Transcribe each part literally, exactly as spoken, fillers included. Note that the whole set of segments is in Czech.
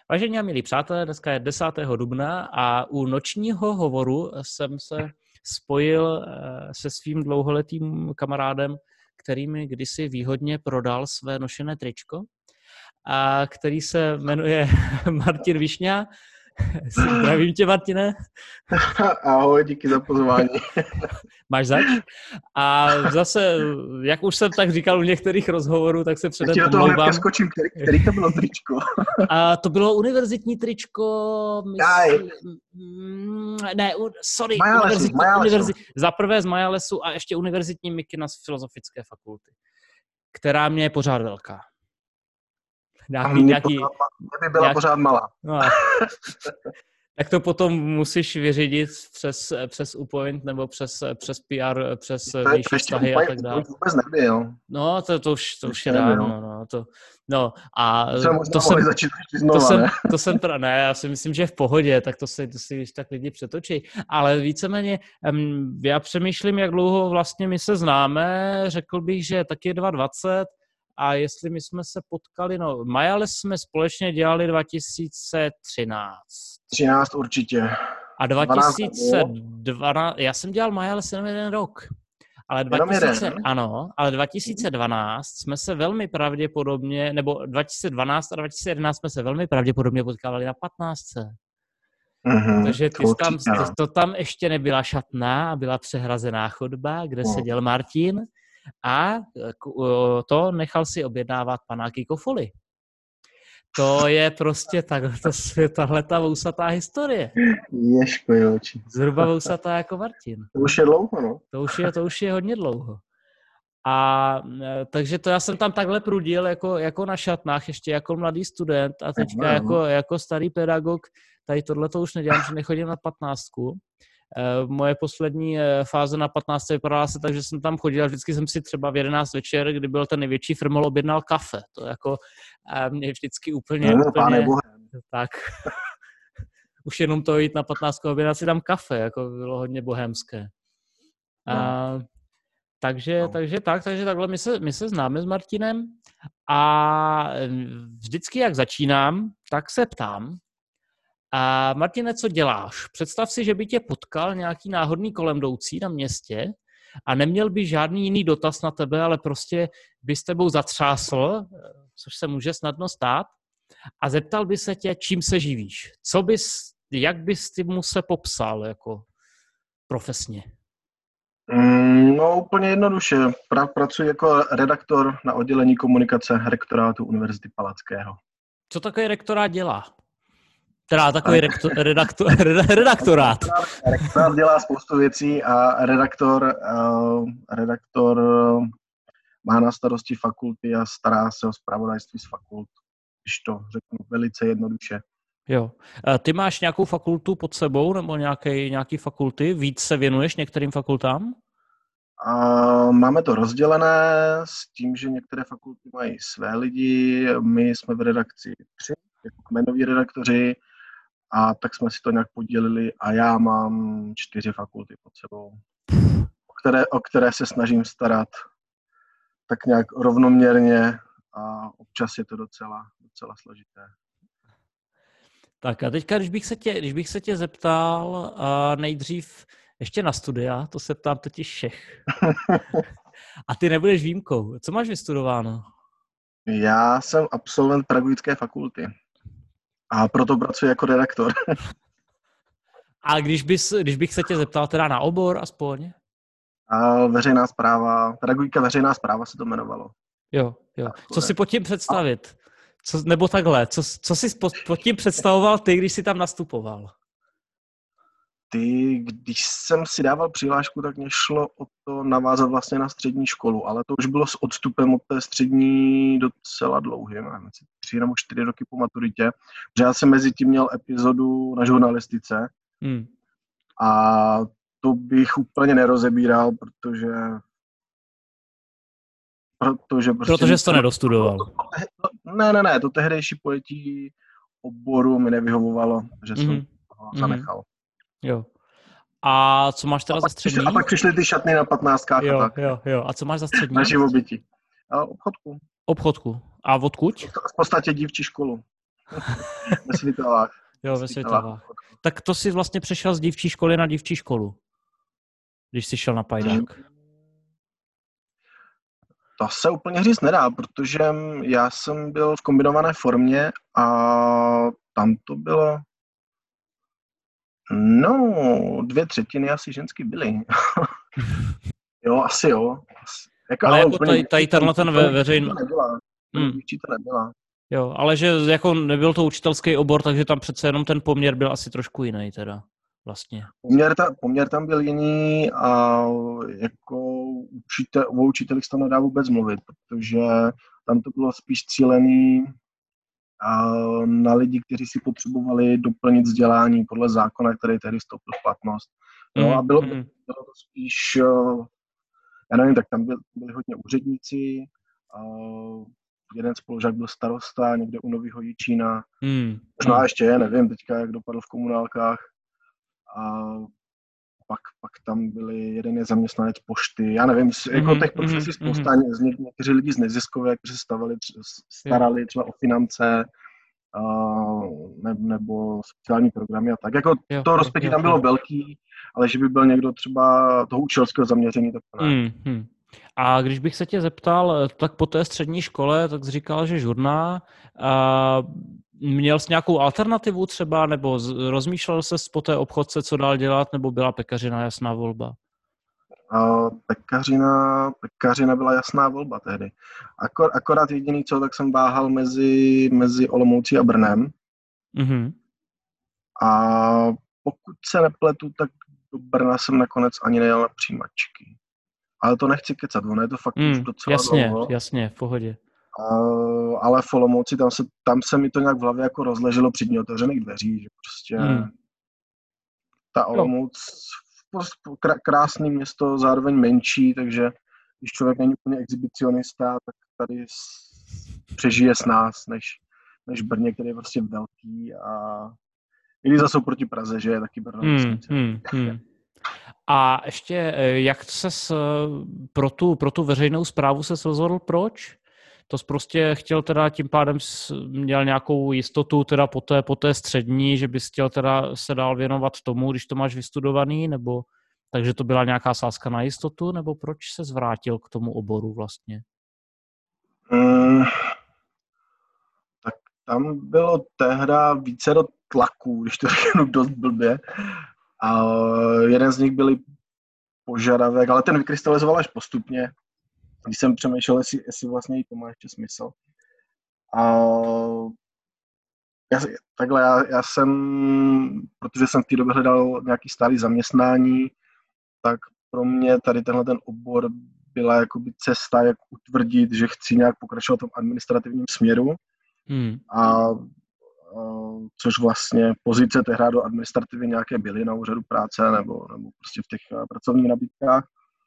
Vážení a milí přátelé, dneska je desátého dubna a u nočního hovoru jsem se spojil se svým dlouholetým kamarádem, který mi kdysi výhodně prodal své nošené tričko, a který se jmenuje Martin Višňa. Zdravím tě, Martine. Ahoj, díky za pozvání. Máš zač? A zase, jak už jsem tak říkal u některých rozhovorů, tak se předem omlouvám. Já ti skočím, který, který to bylo tričko? A to bylo univerzitní tričko, myslím, ne, sorry, univerzitní, univerzit, za prvé z Majalesu a ještě univerzitní mikina z Filozofické fakulty, která mě je pořád velká. Nějaký, mě, nějaký, pořád, mě by byla nějaký, pořád malá. No, tak to potom musíš vyřídit přes, přes Upoint nebo přes, přes P R, přes vnější vztahy a tak dále. To vůbec nebyl. No, to, to už, to už je dávno. No, to, no, a to, to jsem, znova, to jsem, ne? to jsem, ne, já si myslím, že v pohodě, tak to si, to si tak lidi přetočí. Ale víceméně, já přemýšlím, jak dlouho vlastně my se známe, řekl bych, že taky dvacet dva. A jestli my jsme se potkali, no, Majales jsme společně dělali dva tisíce třináct. třináct určitě. A dva tisíce dvanáct, já jsem dělal Majales jenom jeden rok. Ale dva tisíce, ano, ale dva tisíce dvanáct jsme se velmi pravděpodobně, nebo dva tisíce dvanáct a dva tisíce jedenáct jsme se velmi pravděpodobně potkávali na patnáctce. Mm-hmm, Takže ty tam, to, to tam ještě nebyla šatna a byla přehrazená chodba, kde mm. seděl Martin. A to nechal si objednávat panáky Kofoly. To je prostě tahle ta vousatá historie. Ježko, joči. Zhruba vousatá jako Martin. To už je dlouho, no. To už je, to už je hodně dlouho. A takže to já jsem tam takhle prudil jako, jako na šatnách, ještě jako mladý student a teďka jako, jako starý pedagog, tady tohle to už nedělám, že nechodím na patnáctku. Moje poslední fáze na patnáctce vypadala se tak, že jsem tam chodil a vždycky jsem si třeba v jedenáct večer, kdy byl ten největší firmol, objednal kafe. To jako mě vždycky úplně, no, úplně tak. Už jenom to jít na patnáctku a objednat si tam kafe, jako bylo hodně bohémské. No. A, takže, no. takže tak, takže takhle my se, my se známe s Martinem a vždycky, jak začínám, tak se ptám, a Martine, co děláš? Představ si, že by tě potkal nějaký náhodný kolemjdoucí na městě a neměl by žádný jiný dotaz na tebe, ale prostě by s tebou zatřásl, což se může snadno stát, a zeptal by se tě, čím se živíš. Co bys, jak bys ty mu se popsal jako profesně? Mm, no úplně jednoduše. Pra, pracuji jako redaktor na oddělení komunikace rektorátu Univerzity Palackého. Co takový rektorát dělá? Teda takový rektor, redaktor, redaktorát. Rektorát dělá spoustu věcí a redaktor, uh, redaktor má na starosti fakulty a stará se o zpravodajství z fakult, když to řeknu velice jednoduše. Jo. Ty máš nějakou fakultu pod sebou nebo nějaký, nějaký fakulty? Víc se věnuješ některým fakultám? Uh, máme to rozdělené s tím, že některé fakulty mají své lidi, my jsme v redakci tři, jako kmenoví redaktoři, a tak jsme si to nějak podělili a já mám čtyři fakulty pod sebou, o které, o které se snažím starat tak nějak rovnoměrně a občas je to docela, docela složité. Tak a teďka, když bych se tě, když bych se tě zeptal uh, nejdřív ještě na studia, to se ptám totiž všech. A ty nebudeš výjimkou. Co máš vystudováno? Já jsem absolvent pedagogické fakulty. A proto pracuji jako redaktor. A když, bys, když bych se tě zeptal teda na obor aspoň? A veřejná správa, pedagogika veřejná správa se to jmenovalo. Jo, jo. Co si pod tím představit? Co, nebo takhle, co, co jsi pod, pod tím představoval ty, když jsi tam nastupoval? Ty, když jsem si dával přihlášku, tak mě šlo o to navázat vlastně na střední školu, ale to už bylo s odstupem od té střední docela dlouhý, mám tři nebo čtyři roky po maturitě, že já jsem mezi tím měl epizodu na žurnalistice hmm. a to bych úplně nerozebíral, protože protože prostě... Protože jsi to nedostudoval. Ne, ne, ne, to tehdejší pojetí oboru mi nevyhovovalo, že jsem mm-hmm. toho zanechal. Jo. A co máš teda za střední? A pak přišly ty šatny na patnáctkách jo, a tak. Jo, jo. A co máš za střední? Naši obytí. A obchodku. Obchodku. A odkud? V podstatě dívčí školu. Ve Svitavách. Jo, ve Svitavách. Tak to si vlastně přešel z dívčí školy na dívčí školu, když jsi šel na pajdák. To se úplně říct nedá, protože já jsem byl v kombinované formě a tam to bylo, no, dvě třetiny asi ženský byly. Jo, asi jo. Asi. Jako, ale, ale jako úplně, tady, tady tenhle ten ve, veřejný... nebyla. Hmm. To nebyla. Jo, ale že jako nebyl to učitelský obor, takže tam přece jenom ten poměr byl asi trošku jiný teda vlastně. Poměr, ta, poměr tam byl jiný a jako učitel, o učitelích se tam nedá vůbec mluvit, protože tam to bylo spíš cílený na lidi, kteří si potřebovali doplnit vzdělání podle zákona, který tehdy vstoupil v platnost. No a bylo, bylo to spíš, já nevím, tak tam byli, byli hodně úředníci, jeden spolužák byl starosta někde u Nového Jičína, mm, možná mm. ještě je, nevím teďka, jak dopadl v komunálkách. A pak, pak tam byli, jeden je zaměstnanec pošty, já nevím, jako mm, těch profesí mm, spousta, mm. někteří lidi z neziskové, kteří stavali, starali třeba o finance, ne, nebo sociální programy a tak. Jako jo, to rozpětí tam bylo jo. velký, ale že by byl někdo třeba toho učitelského zaměření, tak to ne. Mm, mm. A když bych se tě zeptal, tak po té střední škole, tak jsi říkal, že žurná, a měl jsi nějakou alternativu třeba, nebo z, rozmýšlel ses po té obchodce, co dál dělat, nebo byla pekařina jasná volba? Uh, pekařina, pekařina byla jasná volba tehdy. Akor, akorát jediný co, tak jsem váhal mezi, mezi Olomoucí a Brnem. Mm-hmm. A pokud se nepletu, tak do Brna jsem nakonec ani nejel na přijímačky. Ale to nechci kecat, ono je to fakt mm, už docela jasně, dlouho. Jasně, v pohodě. Uh, ale v Olomouci, tam se, tam se mi to nějak v hlavě jako rozleželo při dní otevřených dveří, že prostě mm. ta Olomouc, krásné město, zároveň menší, takže když člověk není úplně exhibicionista, tak tady přežije s nás, než, než Brně, který je prostě velký a i když zase proti Praze, že je taky Brno. Hmm, hmm, hmm. A ještě, jak ses pro tu, pro tu veřejnou správu ses rozhodl, proč? To jsi prostě chtěl teda tím pádem měl nějakou jistotu teda po té, po té střední, že bys chtěl teda se dál věnovat tomu, když to máš vystudovaný, nebo takže to byla nějaká sázka na jistotu, nebo proč se zvrátil k tomu oboru vlastně? Hmm, tak tam bylo tehda více do tlaků, když to řeknu dost blbě. A jeden z nich byly požadavek, ale ten vykrystalizoval až postupně, když jsem přemýšlel, jestli, jestli vlastně to má ještě smysl. A já, takhle, já, já jsem, protože jsem v té době hledal nějaký stálý zaměstnání, tak pro mě tady tenhle ten obor byla jakoby cesta, jak utvrdit, že chci nějak pokračovat v tom administrativním směru. Hmm. A což vlastně pozice tehdy do administrativy nějaké byly na úřadu práce nebo, nebo prostě v těch pracovních nabídkách.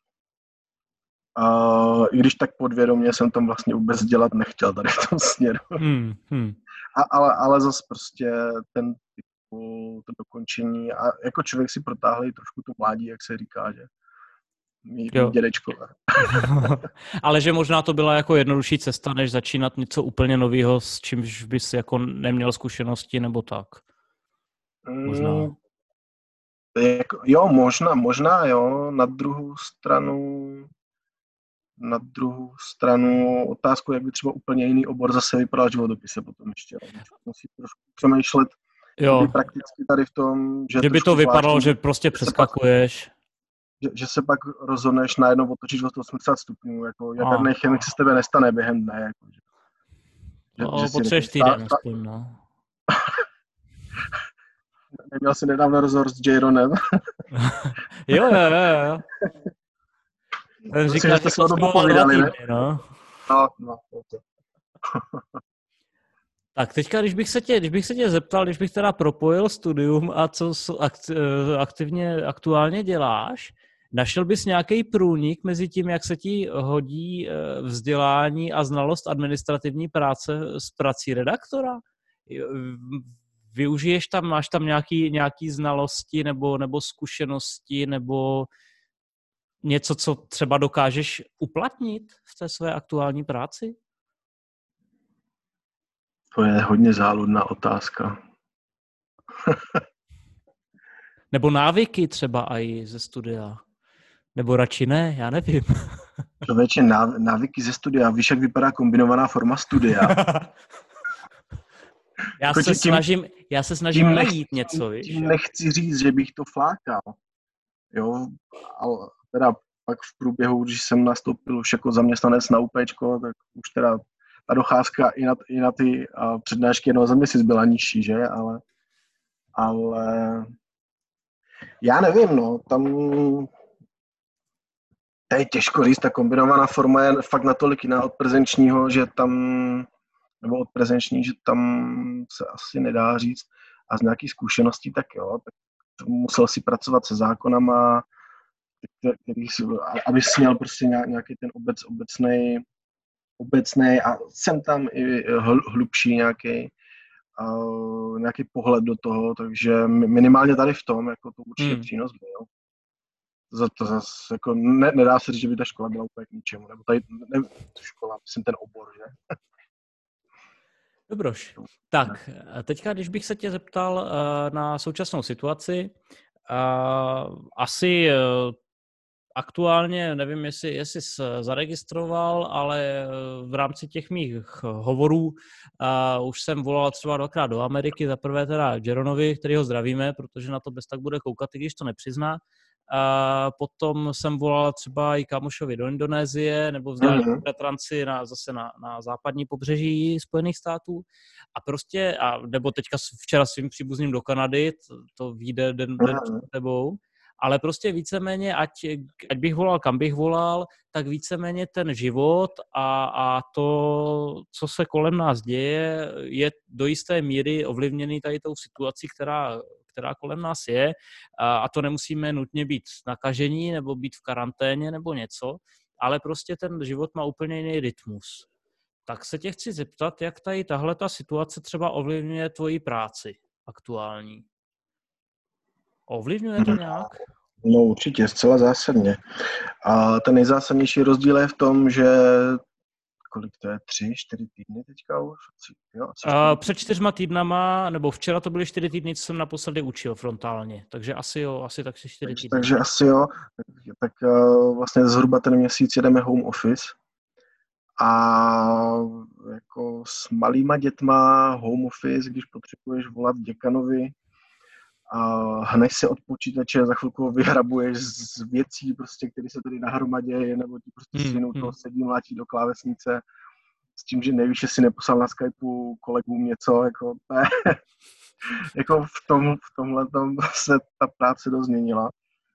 A i když tak podvědomě jsem tam vlastně vůbec dělat nechtěl tady v tom směru. Hmm, hmm. A, ale, ale zase prostě ten typu, to dokončení a jako člověk si protáhl i trošku to mládí, jak se říká, že mý, mý dědečkové. Ale že možná to byla jako jednodušší cesta, než začínat něco úplně nového, s čímž bys jako neměl zkušenosti, nebo tak? Možná. Mm, jako, jo, možná, možná, jo. Na druhou stranu, na druhou stranu otázku, jak by třeba úplně jiný obor zase vypadal životopise potom ještě. Musí trošku přemýšlet, jo. Prakticky tady v tom, že, že by to vypadalo, zvláštní, že prostě přeskakuješ. Že, že se pak rozhodneš najednou otočit o sto osmdesát stupňů, jako jaderný chemik se z tebe nestane během dne. Jako, že, no, že potřebuješ týden aspoň, no. Neměl jsi nedávno rozhovor s Jayronem? jo, jo, jo, jo. Ten říká, že jste o tom popovídali, ne? No, no, no okay. Tak teďka, když bych se tě, když bych se tě zeptal, když bych teda propojil studium a co aktivně, aktuálně děláš, našel bys nějaký průnik mezi tím, jak se ti hodí vzdělání a znalost administrativní práce s prací redaktora? Využiješ tam, máš tam nějaký, nějaký znalosti nebo, nebo zkušenosti nebo něco, co třeba dokážeš uplatnit v té své aktuální práci? To je hodně záludná otázka. Nebo návyky třeba i ze studia. Nebo radši ne, já nevím. Člověče, návyky ze studia. Víš, jak vypadá kombinovaná forma studia? já, se tím, snažím, já se snažím tím najít nechci, něco, víš? Tím nechci říct, že bych to flákal. Jo, ale teda pak v průběhu, když jsem nastoupil už jako zaměstnanec na UPčko, tak už teda ta docházka i na, i na ty uh, přednášky jednoho za měsíc byla nižší, že? Ale, ale já nevím, no, tam to je těžko říct, ta kombinovaná forma je fakt natolik jiná od prezenčního, že tam, nebo od prezenční, že tam se asi nedá říct. A z nějakých zkušeností, tak jo, tak musel si pracovat se zákonama, který, abys měl prostě nějaký ten obec, obecnej, obecnej a jsem tam i hlubší nějaký, uh, nějaký pohled do toho, takže minimálně tady v tom, jako to určitě hmm. přínos byl. To, to zase jako ne, nedá se říct, že by ta škola byla úplně k ničemu, nebo tady, ne, škola, myslím ten obor, že? Dobroš. Tak, teďka, když bych se tě zeptal uh, na současnou situaci, uh, asi uh, aktuálně, nevím, jestli, jestli jsi zaregistroval, ale v rámci těch mých hovorů uh, už jsem volal třeba dvakrát do Ameriky, za prvé teda Jeronovi, kterýho zdravíme, protože na to bez tak bude koukat, i když to nepřizná. Uh, potom jsem volal třeba i kámošovi do Indonésie nebo vzdělání mm-hmm. bratranci na, zase na, na západní pobřeží Spojených států a prostě, a, nebo teďka včera svým příbuzným do Kanady, to, to vyjde den, den mm-hmm. před tebou, ale prostě víceméně, ať, ať bych volal, kam bych volal, tak víceméně ten život a, a to, co se kolem nás děje, je do jisté míry ovlivněný tady tou situací, která která kolem nás je, a to nemusíme nutně být nakažení nebo být v karanténě nebo něco, ale prostě ten život má úplně jiný rytmus. Tak se tě chci zeptat, jak tady tahle ta situace třeba ovlivňuje tvoji práci aktuální? Ovlivňuje to nějak? No určitě, zcela zásadně. A ten nejzásadnější rozdíl je v tom, že kolik to je, tři, čtyři týdny teďka už? Jo, asi uh, před čtyřma týdnama, nebo včera to byly čtyři týdny, co jsem naposledy učil frontálně, takže asi jo, asi tak si čtyři týdny. Takže asi jo, tak, tak uh, vlastně zhruba ten měsíc jedeme home office a jako s malýma dětma home office, když potřebuješ volat děkanovi a hneš se od počítače, za chvilku vyhrabuješ z věcí, prostě, které se tady nahromadě, nebo ti prostě hmm, synu hmm. to sedí, mlátí do klávesnice, s tím, že nevíš, jestli neposlal na Skypeu kolegům něco, jako, ne, jako v, tom, v tomhle tom se ta práce dost změnila.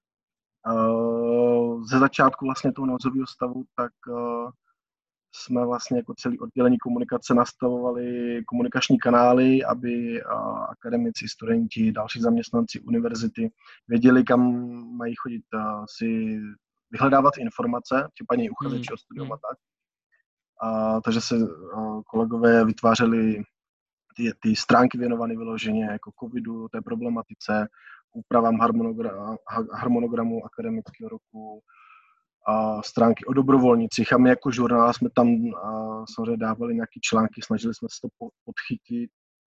Uh, ze začátku vlastně toho nouzového stavu, tak uh, jsme vlastně jako celý oddělení komunikace nastavovali komunikační kanály, aby uh, akademici, studenti, další zaměstnanci univerzity věděli, kam mají chodit uh, si vyhledávat informace, případně i uchazeči o studium a tak. A, takže se a, kolegové vytvářeli ty, ty stránky věnované vyloženě jako covidu, té problematice, úpravám harmonogra, harmonogramu akademického roku, a stránky o dobrovolnicích. A my jako žurnál jsme tam a, samozřejmě dávali nějaké články, snažili jsme se to podchytit,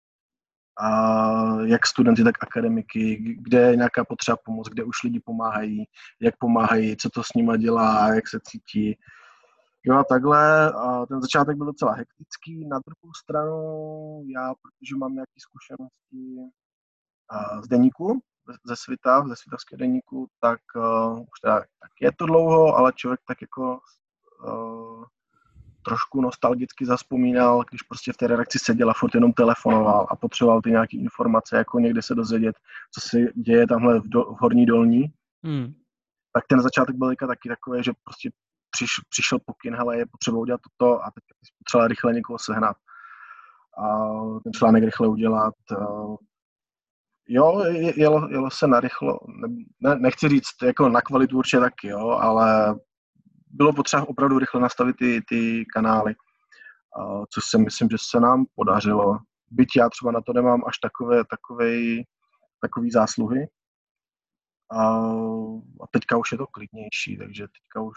a jak studenty, tak akademiky, kde je nějaká potřeba pomoc, kde už lidi pomáhají, jak pomáhají, co to s nima dělá, jak se cítí. Jo a takhle, a ten začátek byl docela hektický, na druhou stranu já, protože mám nějaké zkušenosti z deníku, ze Svitav, ze svitavského deníku, tak uh, už teda, tak je to dlouho, ale člověk tak jako uh, trošku nostalgicky zazpomínal, když prostě v té redakci seděl a furt jenom telefonoval a potřeboval ty nějaké informace, jako někde se dozvědět, co se děje tamhle v, do, v Horní Dolní. Hmm. Tak ten začátek byl taky takový, že prostě Přiš, přišel pokyn, hele, je potřeba udělat toto a teď je potřeba rychle někoho sehnat a ten článek rychle udělat. Jo, jelo, jelo se narychlo, ne, nechci říct jako na kvalitu určitě taky, jo, ale bylo potřeba opravdu rychle nastavit ty, ty kanály, což si myslím, že se nám podařilo. Byť já třeba na to nemám až takové, takové, takové zásluhy. A teďka už je to klidnější, takže teďka už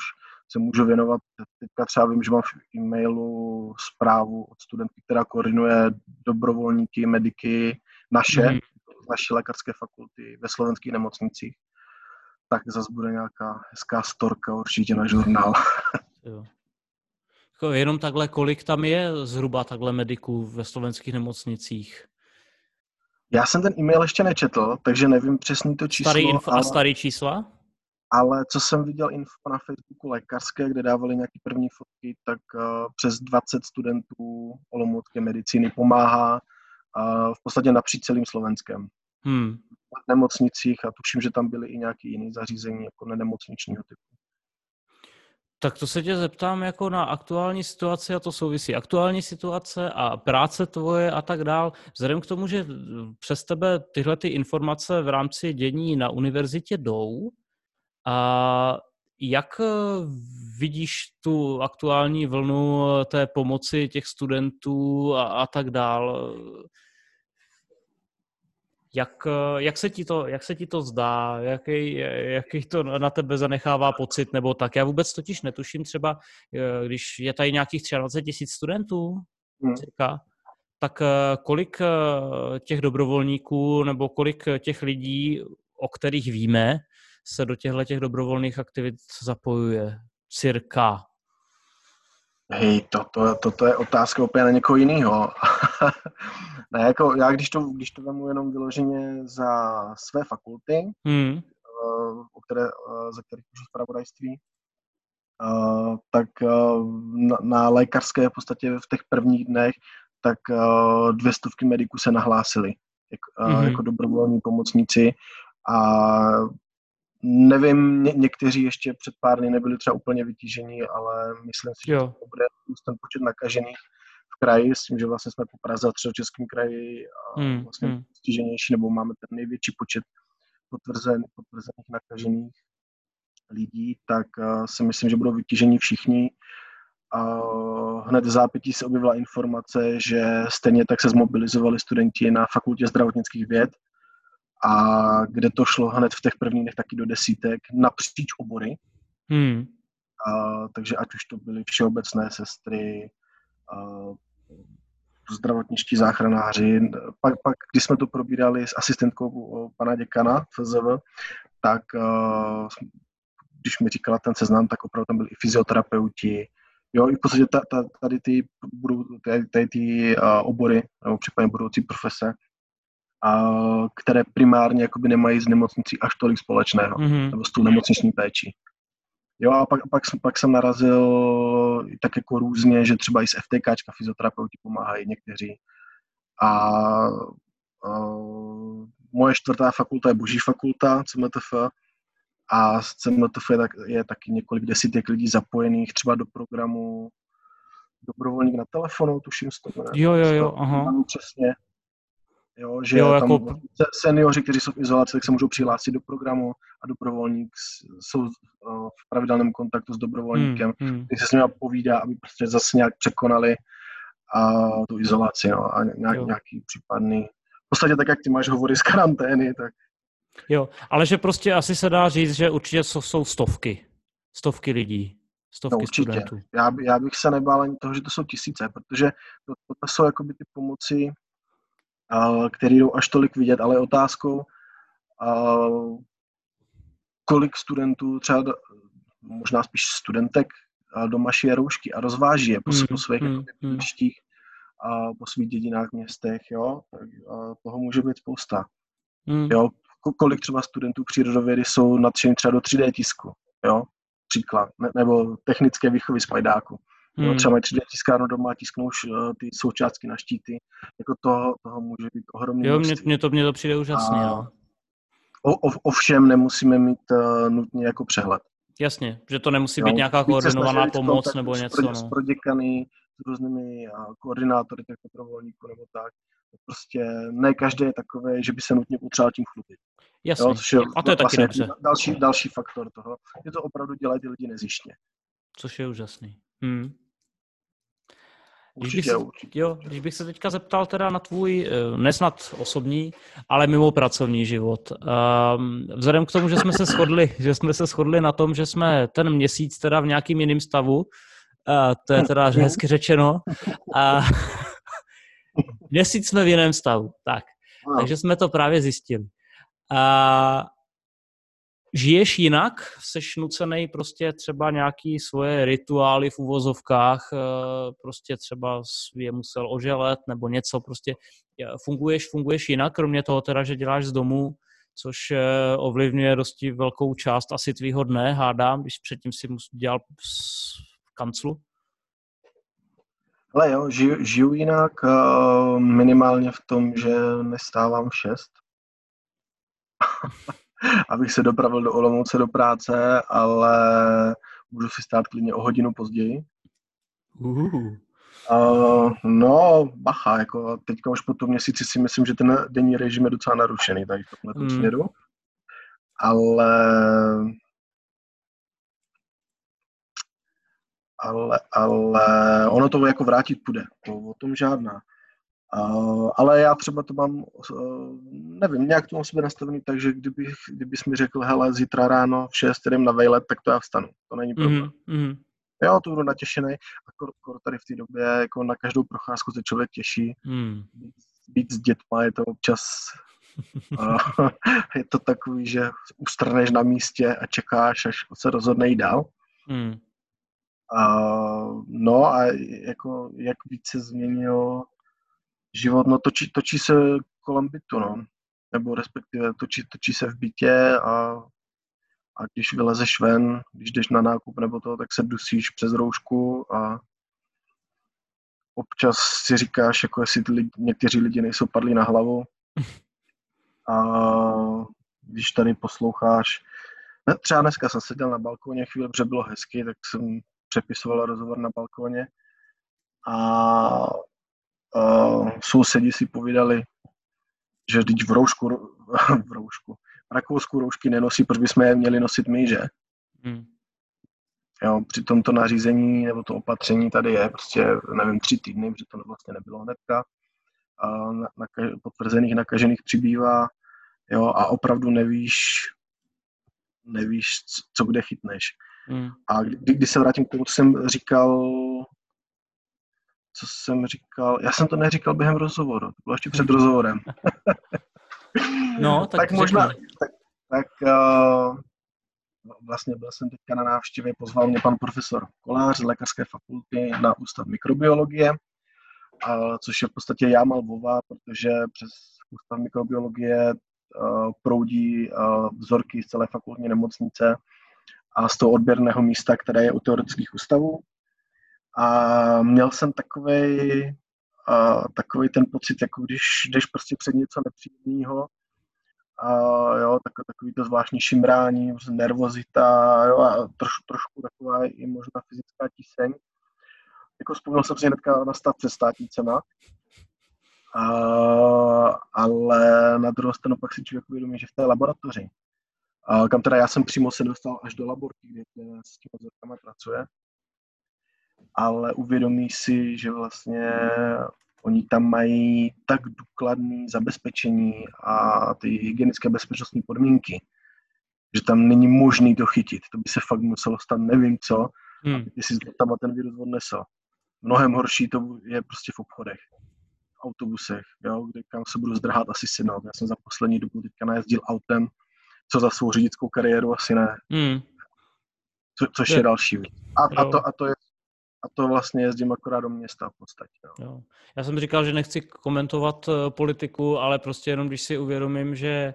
se můžu věnovat. Teďka třeba vím, že mám v e-mailu zprávu od studentky, která koordinuje dobrovolníky, mediky naše, mm-hmm. naše lékařské fakulty ve slovenských nemocnicích. Tak zase bude nějaká hezká storka určitě na žurnál. Jo. Jenom takhle, kolik tam je zhruba takhle mediků ve slovenských nemocnicích? Já jsem ten e-mail ještě nečetl, takže nevím přesný to číslo. Starý info ale, a starý čísla? Ale co jsem viděl info na Facebooku lékařské, kde dávali nějaké první fotky, tak uh, přes dvacet studentů olomoucké medicíny pomáhá uh, v podstatě napříč celým Slovenskem. Hmm. V nemocnicích a tuším, že tam byly i nějaké jiné zařízení jako nenemocničního typu. Tak to se tě zeptám jako na aktuální situaci a to souvisí aktuální situace a práce tvoje a tak dál. Vzhledem k tomu, že přes tebe tyhle ty informace v rámci dění na univerzitě jdou, a jak vidíš tu aktuální vlnu té pomoci těch studentů a, a tak dál? Jak, jak, se ti to, jak se ti to zdá? Jaký, jaký to na tebe zanechává pocit? Nebo tak? Já vůbec totiž netuším třeba, když je tady nějakých dvacet tři tisíc studentů, hmm. cirka, tak kolik těch dobrovolníků nebo kolik těch lidí, o kterých víme, se do těchto těch dobrovolných aktivit zapojuje? Cirka. Hej, toto to, to je otázka opět na někoho jiného. Ne, jako já když to, když to vemu jenom vyloženě za své fakulty, hmm. o které, ze kterých píšu zpravodajství, tak na, na lékařské v podstatě v těch prvních dnech tak dvě stovky mediků se nahlásili jako, hmm. jako dobrovolní pomocníci a nevím, ně, někteří ještě před pár dny nebyli třeba úplně vytížení, ale myslím si, jo. že to bude ten počet nakažených v kraji, s tím, že vlastně jsme po Praze a Středočeském kraji a hmm, vlastně hmm. stíženější, nebo máme ten největší počet potvrzen, potvrzených nakažených lidí, tak uh, si myslím, že budou vytížení všichni. Uh, hned v zápětí se objevila informace, že stejně tak se zmobilizovali studenti na Fakultě zdravotnických věd, a kde to šlo hned v těch prvních dnech taky do desítek napříč obory. Hmm. Uh, takže ať už to byly všeobecné sestry, uh, zdravotničtí záchranáři. Pak, pak, když jsme to probírali s asistentkou pana děkana F Z V, tak uh, když mi říkala ten seznam, tak opravdu tam byli i fyzioterapeuti. Jo, i v podstatě ta, ta, tady ty, budou, tady, tady ty uh, obory, nebo případně budoucí profese, a které primárně jakoby nemají s nemocnicí až tolik společného, mm-hmm. nebo s tou nemocniční péčí. Jo, a pak, pak, pak jsem narazil tak jako různě, že třeba i z FTKčka fyzioterapeuti pomáhají někteří. A, a moje čtvrtá fakulta je Boží fakulta, C M T F, a z C M T F je, tak, je taky několik desítek lidí zapojených třeba do programu Dobrovolník na telefonu, tuším z toho. Jo, jo, jo, aha. Přesně. Jo, že jo, tam jako... seniori, kteří jsou v izolaci, tak se můžou přihlásit do programu a dobrovolník jsou v pravidelném kontaktu s dobrovolníkem, hmm, hmm. který se s nimi povídá, aby prostě zase nějak překonali a tu izolaci, no, a nějak, nějaký případný. V podstatě tak, jak ty máš hovory z karantény, tak... Jo, ale že prostě asi se dá říct, že určitě jsou, jsou stovky. Stovky lidí. Stovky no, studentů. Já, by, já bych se nebál ani toho, že to jsou tisíce, protože to, to jsou jakoby ty pomoci, které jdou až tolik vidět, ale je otázkou, kolik studentů, třeba možná spíš studentek, doma šije roušky a rozváží je po, mm, po svých mm, bydlištích a po svých dědinách, městech, jo, tak toho může být spousta. Mm. Jo, kolik třeba studentů přírodovědy jsou nadšení třeba do tři dé tisku, jo, příklad, ne, nebo technické výchovy z pajdáku. Jo, třeba mají tři dé tiskárnu doma, tisknou uh, ty součástky na štíty, jako toho, toho může být ohromný. Jo, mně to, to přijde úžasný, no. Ovšem nemusíme mít uh, nutně jako přehled. Jasně, že to nemusí jo, být nějaká koordinovaná pomoc nebo něco, no. S proděkany, s různými uh, koordinátory těch dobrovolníků nebo tak. Prostě ne každý je takový, že by se nutně potřeboval tím chlubit. Jasně, jo, je, a to je vlastně taky dobře. Další, další faktor toho, je to opravdu dělají ty lidi nezištně. Což je úžasný. Hmm. určitě, když, bych se, určitě. jo, když bych se teďka zeptal teda na tvůj, nesnad osobní, ale mimo pracovní život. Um, vzhledem k tomu, že jsme se shodli, že jsme se shodli na tom, že jsme ten měsíc teda v nějakým jiným stavu, uh, to je teda hezky řečeno, a měsíc jsme v jiném stavu, tak. No. Takže jsme to právě zjistili. A žiješ jinak? Seš nucenej prostě třeba nějaký svoje rituály v uvozovkách, prostě třeba je musel oželet nebo něco, prostě funguješ, funguješ jinak, kromě toho teda, že děláš z domu, což ovlivňuje dosti velkou část asi tvýho dne, hádám, když předtím si dělal v kanclu? Ale jo, žiju, žiju jinak, minimálně v tom, že nestávám v šest, abych se dopravil do Olomouce do práce, ale můžu si stát klidně o hodinu později. Uh. Uh, no, bacha, jako teďka už po tom měsíci si myslím, že ten denní režim je docela narušený tady v tomhle mm. směru, ale ale, ale ono to jako vrátit půjde, to, o tom žádná. Uh, ale já třeba to mám, uh, nevím, nějak to mám sebe nastavený tak, že kdybych, kdybys mi řekl, hele, zítra ráno v šest jdem na vejlet, tak to já vstanu, to není problém. Mm-hmm. Jo, to budu natěšený a kor, kor tady v té době jako na každou procházku se člověk těší. Mm. Být, být s dětma je to občas, uh, je to takový, že ustrneš na místě a čekáš, až se rozhodne jít dál. Mm. Uh, no a jako jak víc se změnil život, no točí, točí se kolem bytu, no. Nebo respektive točí, točí se v bytě a, a když vylezeš ven, když jdeš na nákup nebo to, tak se dusíš přes roušku a občas si říkáš, jako jestli ty lidi, někteří lidi nejsou padlí na hlavu. A když tady posloucháš, třeba dneska jsem seděl na balkóně chvíli, protože bylo hezky, tak jsem přepisoval rozhovor na balkóně a Uh, sousedi si povídali, že teď v roušku, v roušku, v Rakousku roušky nenosí, proč bychom je měli nosit my, že? Hmm. Jo, při tomto nařízení nebo to opatření tady je prostě, nevím, tři týdny, protože to vlastně nebylo hnedka. Uh, na, na, potvrzených nakažených přibývá, jo, a opravdu nevíš, nevíš, co kde chytneš. Hmm. A kdy, když se vrátím k tomu, co jsem říkal, co jsem říkal, já jsem to neříkal během rozhovoru, to bylo ještě před rozhovorem. No, tak, tak možná, tak, tak uh, vlastně byl jsem teďka na návštěvě, pozval mě pan profesor Kolář z lékařské fakulty na ústav mikrobiologie, uh, což je v podstatě jáma Lvova, protože přes ústav mikrobiologie uh, proudí uh, vzorky z celé fakultní nemocnice a z toho odběrného místa, které je u teoretických ústavů. A měl jsem takovej, uh, takovej ten pocit, jako když jdeš prostě před něco nepříjemného, a jo, tak, takový to zvláštní šimrání, nervozita, jo, a troš, trošku taková i možná fyzická tíseň. Jako vzpomněl jsem si hnedka na stav před státnicema, a, ale na druhou stranu pak si člověk uvědomí, že v té laboratoři, a, kam teda já jsem přímo se dostal až do laborky, kde s těmi vzorkama pracuje, ale uvědomí si, že vlastně oni tam mají tak důkladné zabezpečení a ty hygienické bezpečnostní podmínky, že tam není možný to chytit. To by se fakt muselo stát nevím co, hmm. aby ty si tam ten virus odnesl. Mnohem horší to je prostě v obchodech, v autobusech, jo, kde kam se budu zdrhat asi synout. Já jsem za poslední dobu teďka najezdil autem, co za svou řidičskou kariéru asi ne. Hmm. Co, což je, je další věc. A, a, to, a to je A to vlastně jezdím akorát do města v podstatě. Jo. Jo. Já jsem říkal, že nechci komentovat uh, politiku, ale prostě jenom když si uvědomím, že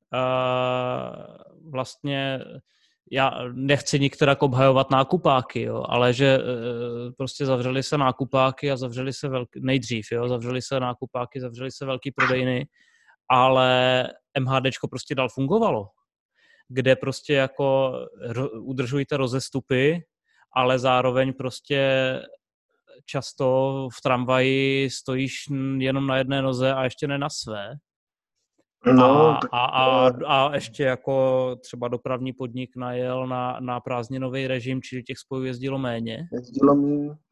uh, vlastně já nechci nikterak obhajovat nákupáky, jo, ale že uh, prostě zavřeli se nákupáky a zavřeli se velký, nejdřív, jo, zavřeli se nákupáky, zavřeli se velký prodejny, ale MHDčko prostě dál fungovalo, kde prostě jako ro, udržujte rozestupy, ale zároveň prostě často v tramvaji stojíš jenom na jedné noze a ještě ne na své. No, a, a, a, a ještě jako třeba dopravní podnik najel na, na prázdninový režim, čili těch spojů jezdilo méně. Jezdilo méně.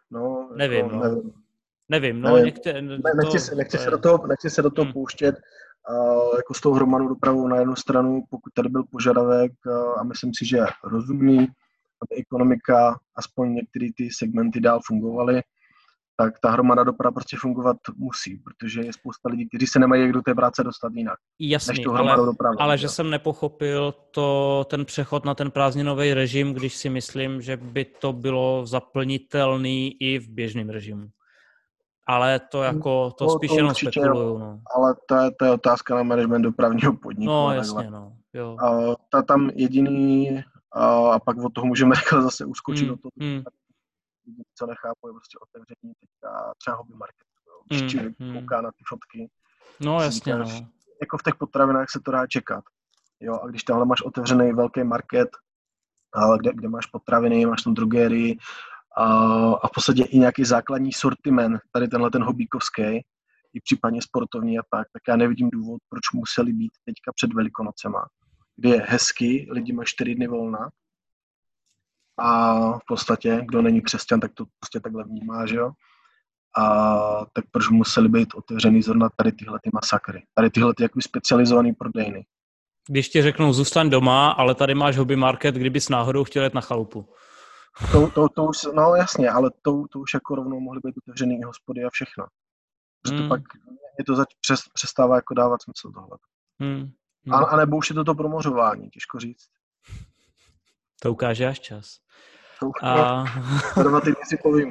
no, Nevím, jako, no. nevím. Nevím, no, nevím. některé... Ne, To, nechci, se, nechci, to se je... do toho, nechci se do toho hmm. pouštět, uh, jako s tou hromadnou dopravou na jednu stranu, pokud tady byl požadavek, uh, a myslím si, že rozumný, aby ekonomika, aspoň některé ty segmenty dál fungovaly, tak ta hromadná doprava prostě fungovat musí, protože je spousta lidí, kteří se nemají jak do té práce dostat jinak. Jasný, ale, dopravu, ale že jsem nepochopil to, ten přechod na ten prázdninový režim, když si myslím, že by to bylo zaplnitelný i v běžném režimu. Ale to jako, to, to, spíš to jenom určitě, spekuluju. No. Ale to je, to je otázka na management dopravního podniku. No a jasně, takhle. no. Jo. A ta tam jediný, a, a pak od toho můžeme zase uskočit hmm, do toho, hmm. co nechápu, je prostě otevření teďka třeba hobby market. Hmm, Člověk hmm. kouká na ty fotky. No jasně, říkáš, no. Jako v těch potravinách se to dá čekat. Jo, a když tamhle máš otevřený velký market, kde, kde máš potraviny, máš tam drogerii a, a v podstatě i nějaký základní sortiment, tady tenhle ten hobíkovský, i případně sportovní a tak, tak já nevidím důvod, proč museli být teďka před Velikonocema, kdy je hezky, lidi mají čtyři dny volna a v podstatě, kdo není křesťan, tak to prostě takhle vnímá, že jo? A tak proč museli být otevřený zrovna tady tyhle ty masakry, tady tyhle ty jakoby specializovaný prodejny. Když ti řeknou, zůstaň doma, ale tady máš hobby market, kdybys náhodou chtěl jet na chalupu. To, to, to už, no jasně, ale to, to už jako rovnou mohly být otevřený hospody a všechno. Protože hmm. to pak je to zač, přes, přestává jako dávat smysl tohle. Hmm. Hmm. A, a nebo už je to to promořování, těžko říct. To ukáže až čas. To a... Zrovna ty si povíme.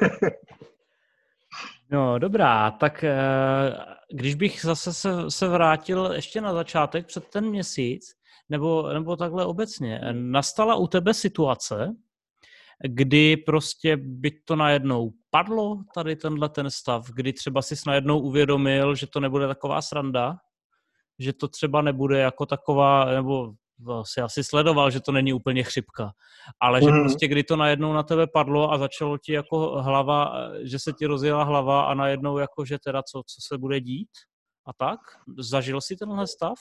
No, dobrá, tak když bych zase se, se vrátil ještě na začátek před ten měsíc, nebo, nebo takhle obecně, nastala u tebe situace, kdy prostě by to najednou padlo, tady tenhle ten stav, kdy třeba jsi najednou uvědomil, že to nebude taková sranda, že to třeba nebude jako taková, nebo si asi sledoval, že to není úplně chřipka, ale že mm-hmm. prostě kdy to najednou na tebe padlo a začalo ti jako hlava, že se ti rozjela hlava a najednou jako, že teda co, co se bude dít a tak? Zažil jsi tenhle stav?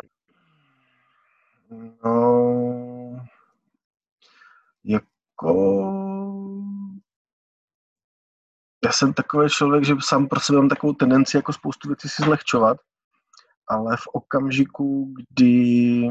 No, jako... Já jsem takový člověk, že sám pro sebe mám takovou tendenci jako spoustu věcí si zlehčovat, ale v okamžiku, kdy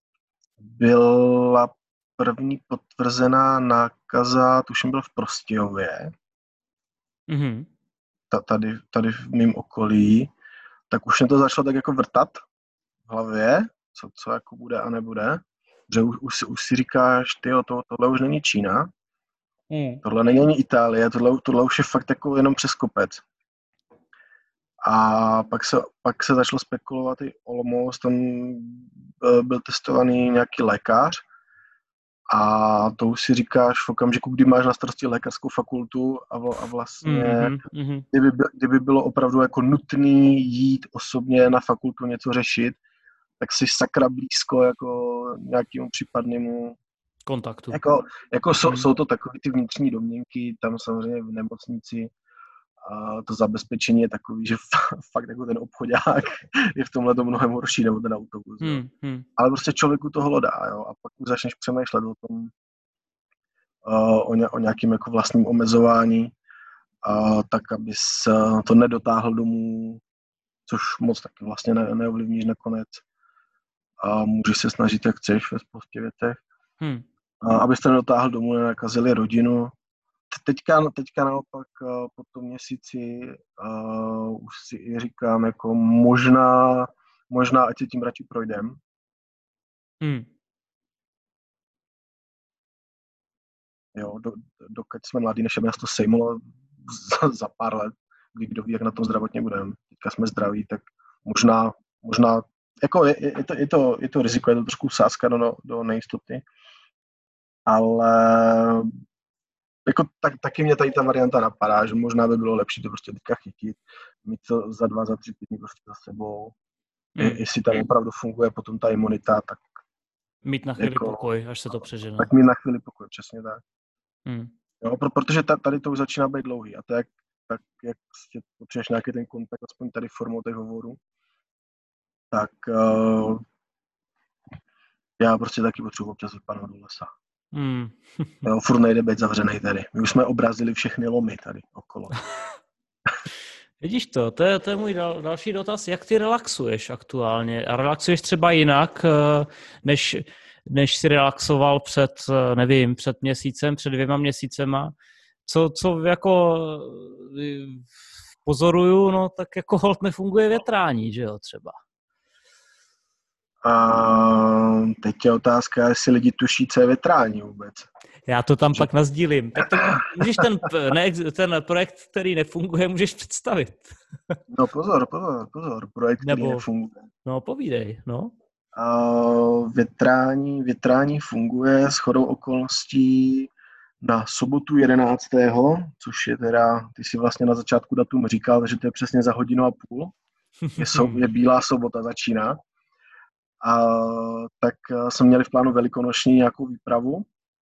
byla první potvrzená nákaza, tuším byl v Prostějově, mm-hmm. tady, tady v mém okolí, tak už mě to začalo tak jako vrtat v hlavě, co, co jako bude a nebude. Že už, už, už si říkáš, tyjo, to, tohle už není Čína, mm. tohle není Itálie, tohle, tohle už je fakt jako jenom přes kopec. A pak se, pak se začalo spekulovat i Olomouc, tam byl testovaný nějaký lékař a to už si říkáš v okamžiku, kdy máš na starosti lékařskou fakultu a, vl, a vlastně, mm-hmm. kdyby, kdyby bylo opravdu jako nutný jít osobně na fakultu něco řešit, tak jsi sakra blízko jako nějakému případnému kontaktu. Jako, jako jsou, jsou to takové ty vnitřní domněnky, tam samozřejmě v nemocnici a to zabezpečení je takový, že fakt jako ten obchodák je v tomhle to mnohem horší, nebo ten autobus. Hmm, hmm. Ale prostě člověku to hlodá, jo, a pak už začneš přemýšlet o tom, uh, o, ně, o nějakým jako vlastním omezování, uh, tak abys uh, to nedotáhl domů, což moc taky vlastně ne, neovlivníš nakonec. A můžeš se snažit, jak chceš ve spoustě věcech. Hmm. Uh, abyste nedotáhl domů, nenakazili rodinu. Teďka, teďka naopak po tom měsíci uh, už si říkám, jako možná, možná, ať se tím radši projdem. Hmm. Jo, do, dokud jsme mladí, než aby nás to sejmalo za, za pár let, kdy kdo ví, jak na tom zdravotně budeme. Teďka jsme zdraví, tak možná, možná, jako je, je, to, je, to, je to riziko, je to trošku sázka do, do nejistoty, ale jako tak, taky mě tady ta varianta napadá, že možná by bylo lepší to prostě teďka chytit, mít to za dva, za tři týdny prostě za sebou. Mm. Jestli tam opravdu funguje potom ta imunita, tak... Mít na chvíli jako, pokoj, až se to přežene. Tak mít na chvíli pokoj, přesně tak. Mm. Jo, pro, protože tady to už začíná být dlouhý a to jak, tak, jak prostě potřebuješ nějaký ten kontakt, aspoň tady formou těch hovorů, tak uh, já prostě taky potřebuji občas vypadnout do lesa. Hmm. Jo, furt nejde být zavřenej tady. My už jsme obrazili všechny lomy tady okolo. Vidíš to, to je, to je můj dal, další dotaz. Jak ty relaxuješ aktuálně? A relaxuješ třeba jinak, než, než si relaxoval před, nevím, před měsícem, před dvěma měsícema? Co, co jako pozoruju, no tak jako holt nefunguje větrání, že jo, třeba. A teď je otázka, jestli lidi tuší, co je větrání vůbec. Já to tam že... pak nasdílím. Tak to můžeš ten, ne, ten projekt, který nefunguje, můžeš představit. No pozor, pozor, pozor. Projekt, Nebo... který nefunguje. No povídej, no. Uh, větrání, větrání funguje shodou okolností na sobotu jedenáctého což je teda, ty si vlastně na začátku datum říkal, že to je přesně za hodinu a půl. Je, so, je bílá sobota, začíná. A tak jsme měli v plánu velikonoční nějakou výpravu,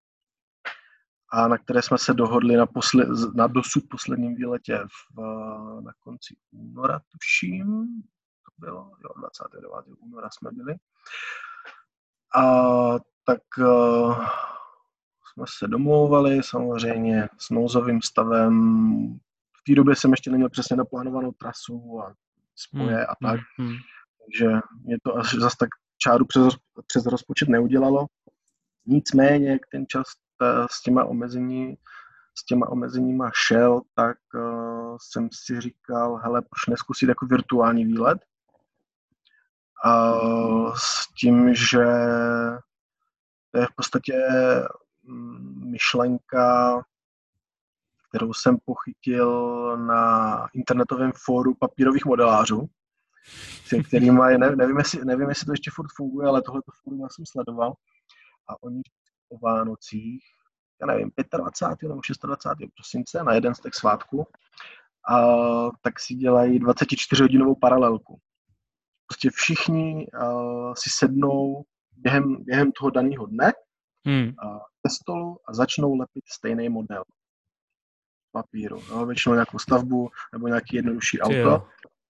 a na které jsme se dohodli na, posle, na dosud posledním výletě v, na konci února, tuším. To bylo, jo, dvacátého devátého února jsme byli. A tak uh, jsme se domlouvali samozřejmě s nouzovým stavem. V té době jsem ještě neměl přesně naplánovanou trasu a spoje hmm, a tak. Hmm, hmm. Takže mě to až zase tak čáru přes, přes rozpočet neudělalo. Nicméně, jak ten čas t, s těma omezení, s těma omezeníma šel, tak uh, jsem si říkal, hele, proč neskusit jako virtuální výlet? Uh, s tím, že to je v podstatě myšlenka, kterou jsem pochytil na internetovém fóru papírových modelářů, který mají, ne, nevím, jestli, nevím, jestli to ještě furt funguje, ale tohleto fórum já jsem sledoval a oni o Vánocích, já nevím, dvacátého pátého nebo dvacátého šestého prosince na jeden z těch svátků, a tak si dělají dvacetičtyřhodinovou paralelku. Prostě všichni uh, si sednou během, během toho daného dne hmm. uh, ke stolu a začnou lepit stejný model papíru. No, většinou nějakou stavbu nebo nějaký jednodušší auto. Jo.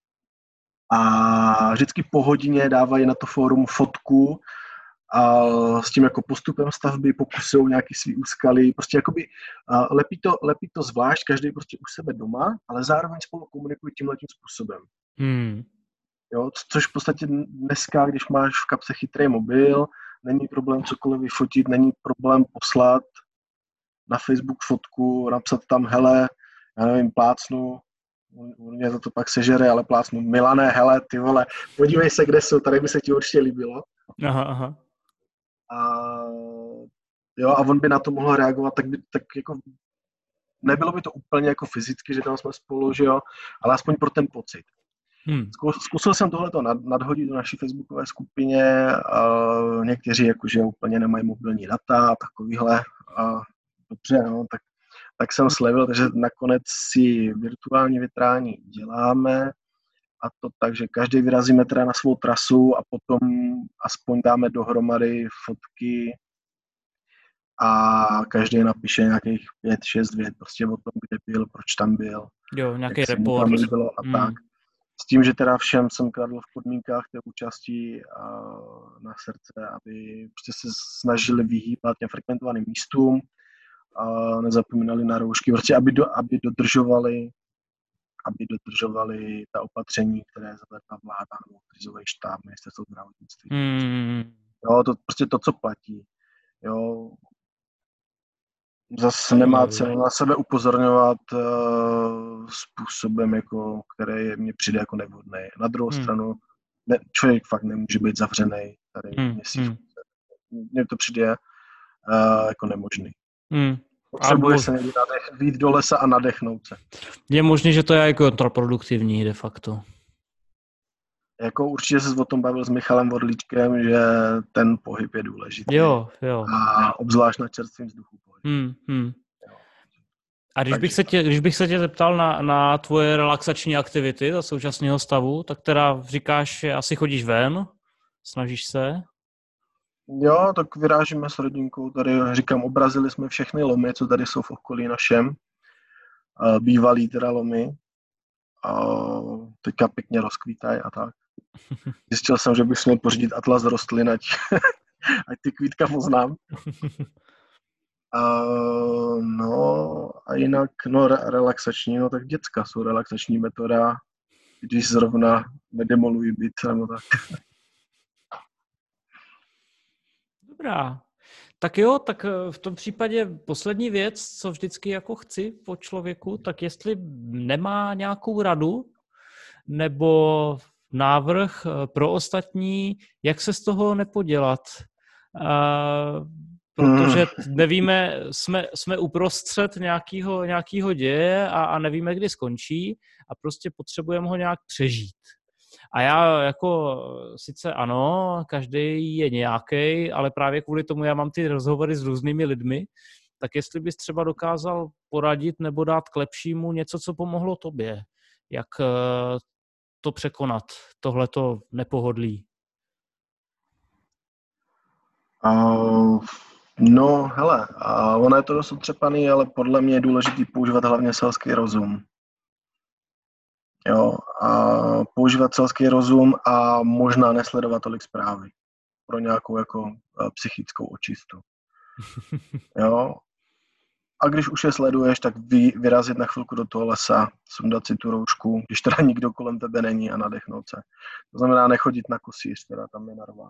A vždycky po hodině dávají na to fórum fotku a s tím jako postupem stavby pokusují nějaký svý úskalí. Prostě jakoby uh, lepí, to, lepí to zvlášť, každý prostě u sebe doma, ale zároveň spolu komunikují tímhletím způsobem. Hmm. Jo, což v podstatě dneska, když máš v kapse chytrý mobil, není problém cokoliv vyfotit, není problém poslat na Facebook fotku, napsat tam, hele, já nevím, plácnu, on mě za to pak sežere, ale plácnu, Milané, hele, ty vole, podívej se, kde jsou, tady by se ti určitě líbilo. Aha, aha. A, jo, a on by na to mohl reagovat, tak by, tak jako, nebylo by to úplně jako fyzicky, že tam jsme spolu, že jo, ale aspoň pro ten pocit. Hmm. Zkusil jsem tohleto nad, nadhodit do naší facebookové skupině, a někteří jakože úplně nemají mobilní data a takovýhle, a dobře, no, tak, tak jsem slevil, takže nakonec si virtuální větrání děláme, a to tak, že každý vyrazíme teda na svou trasu a potom aspoň dáme dohromady fotky a každý napíše nějakých pět, šest vět prostě o tom, kde byl, proč tam byl. Jo, nějaký report. A hmm. tak. S tím, že teda všem jsem kladl v podmínkách té účasti na srdce, aby prostě se snažili vyhýbat těm frekventovaným místům a nezapomínali na roušky, prostě aby, do, aby dodržovali aby dodržovali ta opatření, které zavedla vláda nebo krizový štáb, ministerstvo zdravotnictví. Mm. Jo, to prostě to, co platí. Jo. Zase nemá cenu na sebe upozorňovat uh, způsobem, jako, který mě přijde jako nevhodný. Na druhou mm. stranu, ne, člověk fakt nemůže být zavřený tady mm. měsíc. Mně to přijde uh, jako nemožný. Mm. Potřebuje se někdy nadech, vyjít do lesa a nadechnout se. Je možné, že to je jako kontraproduktivní de facto. Jako určitě se o tom bavil s Michalem Vodlíčkem, že ten pohyb je důležitý. Jo, jo. A obzvlášť na čerstvém vzduchu. Hmm, hmm. A když bych, se tě, když bych se tě zeptal na, na tvoje relaxační aktivity za současného stavu, tak teda říkáš, že asi chodíš ven, snažíš se? Jo, tak vyrážíme s rodinkou, tady říkám, obrazili jsme všechny lomy, co tady jsou v okolí našem, bývalý teda lomy, a teďka pěkně rozkvítají a tak. Zjistil jsem, že bych měl pořídit atlas rostlin, ať, ať ty kvítka poznám. Uh, no a jinak, no re- relaxační, no tak děcka jsou relaxační metoda, když zrovna nedemolují byt nebo tak. Dobrá. Tak jo, tak v tom případě poslední věc, co vždycky jako chci po člověku, tak jestli nemá nějakou radu nebo návrh pro ostatní, jak se z toho nepodělat. Uh, protože nevíme, jsme, jsme uprostřed nějakého, nějakého děje a, a nevíme, kdy skončí a prostě potřebujeme ho nějak přežít. A já jako sice ano, každý je nějaký, ale právě kvůli tomu já mám ty rozhovory s různými lidmi, tak jestli bys třeba dokázal poradit nebo dát k lepšímu něco, co pomohlo tobě, jak to překonat, tohleto nepohodlí. Uh, no, hele, uh, ono je to dost otřepaný, ale podle mě je důležité používat hlavně selský rozum. Jo, a používat selský rozum a možná nesledovat tolik zprávy pro nějakou jako uh, psychickou očistu. Jo. A když už je sleduješ, tak vy, vyrazit na chvilku do toho lesa, sundat si tu roušku, když teda nikdo kolem tebe není a nadechnout se. To znamená nechodit na kosíř, teda tam je narváno.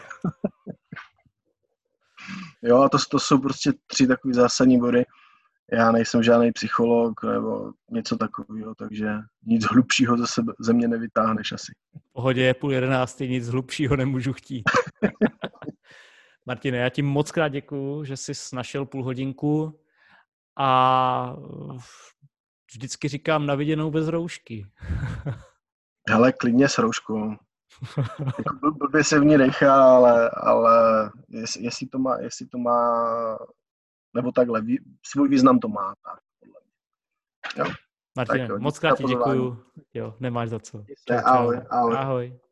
Jo, a to, to jsou prostě tři takové zásadní body. Já nejsem žádný psycholog nebo něco takového, takže nic hlubšího ze, sebe, ze mě nevytáhneš asi. V pohodě je půl jedenáctý, nic hlubšího nemůžu chtít. Martine, já ti moc krát děkuju, že jsi našel půl hodinku a vždycky říkám na viděnou bez roušky. Hele, klidně s rouškou. Jako blbě se v ní nechá, ale, ale jestli, jestli, to má, jestli to má, nebo takhle, svůj význam to má. Tak, podle mě. Jo. Martine, moc krát ti děkuju. Jo, nemáš za co. Čau, čau. Ahoj, ahoj. Ahoj.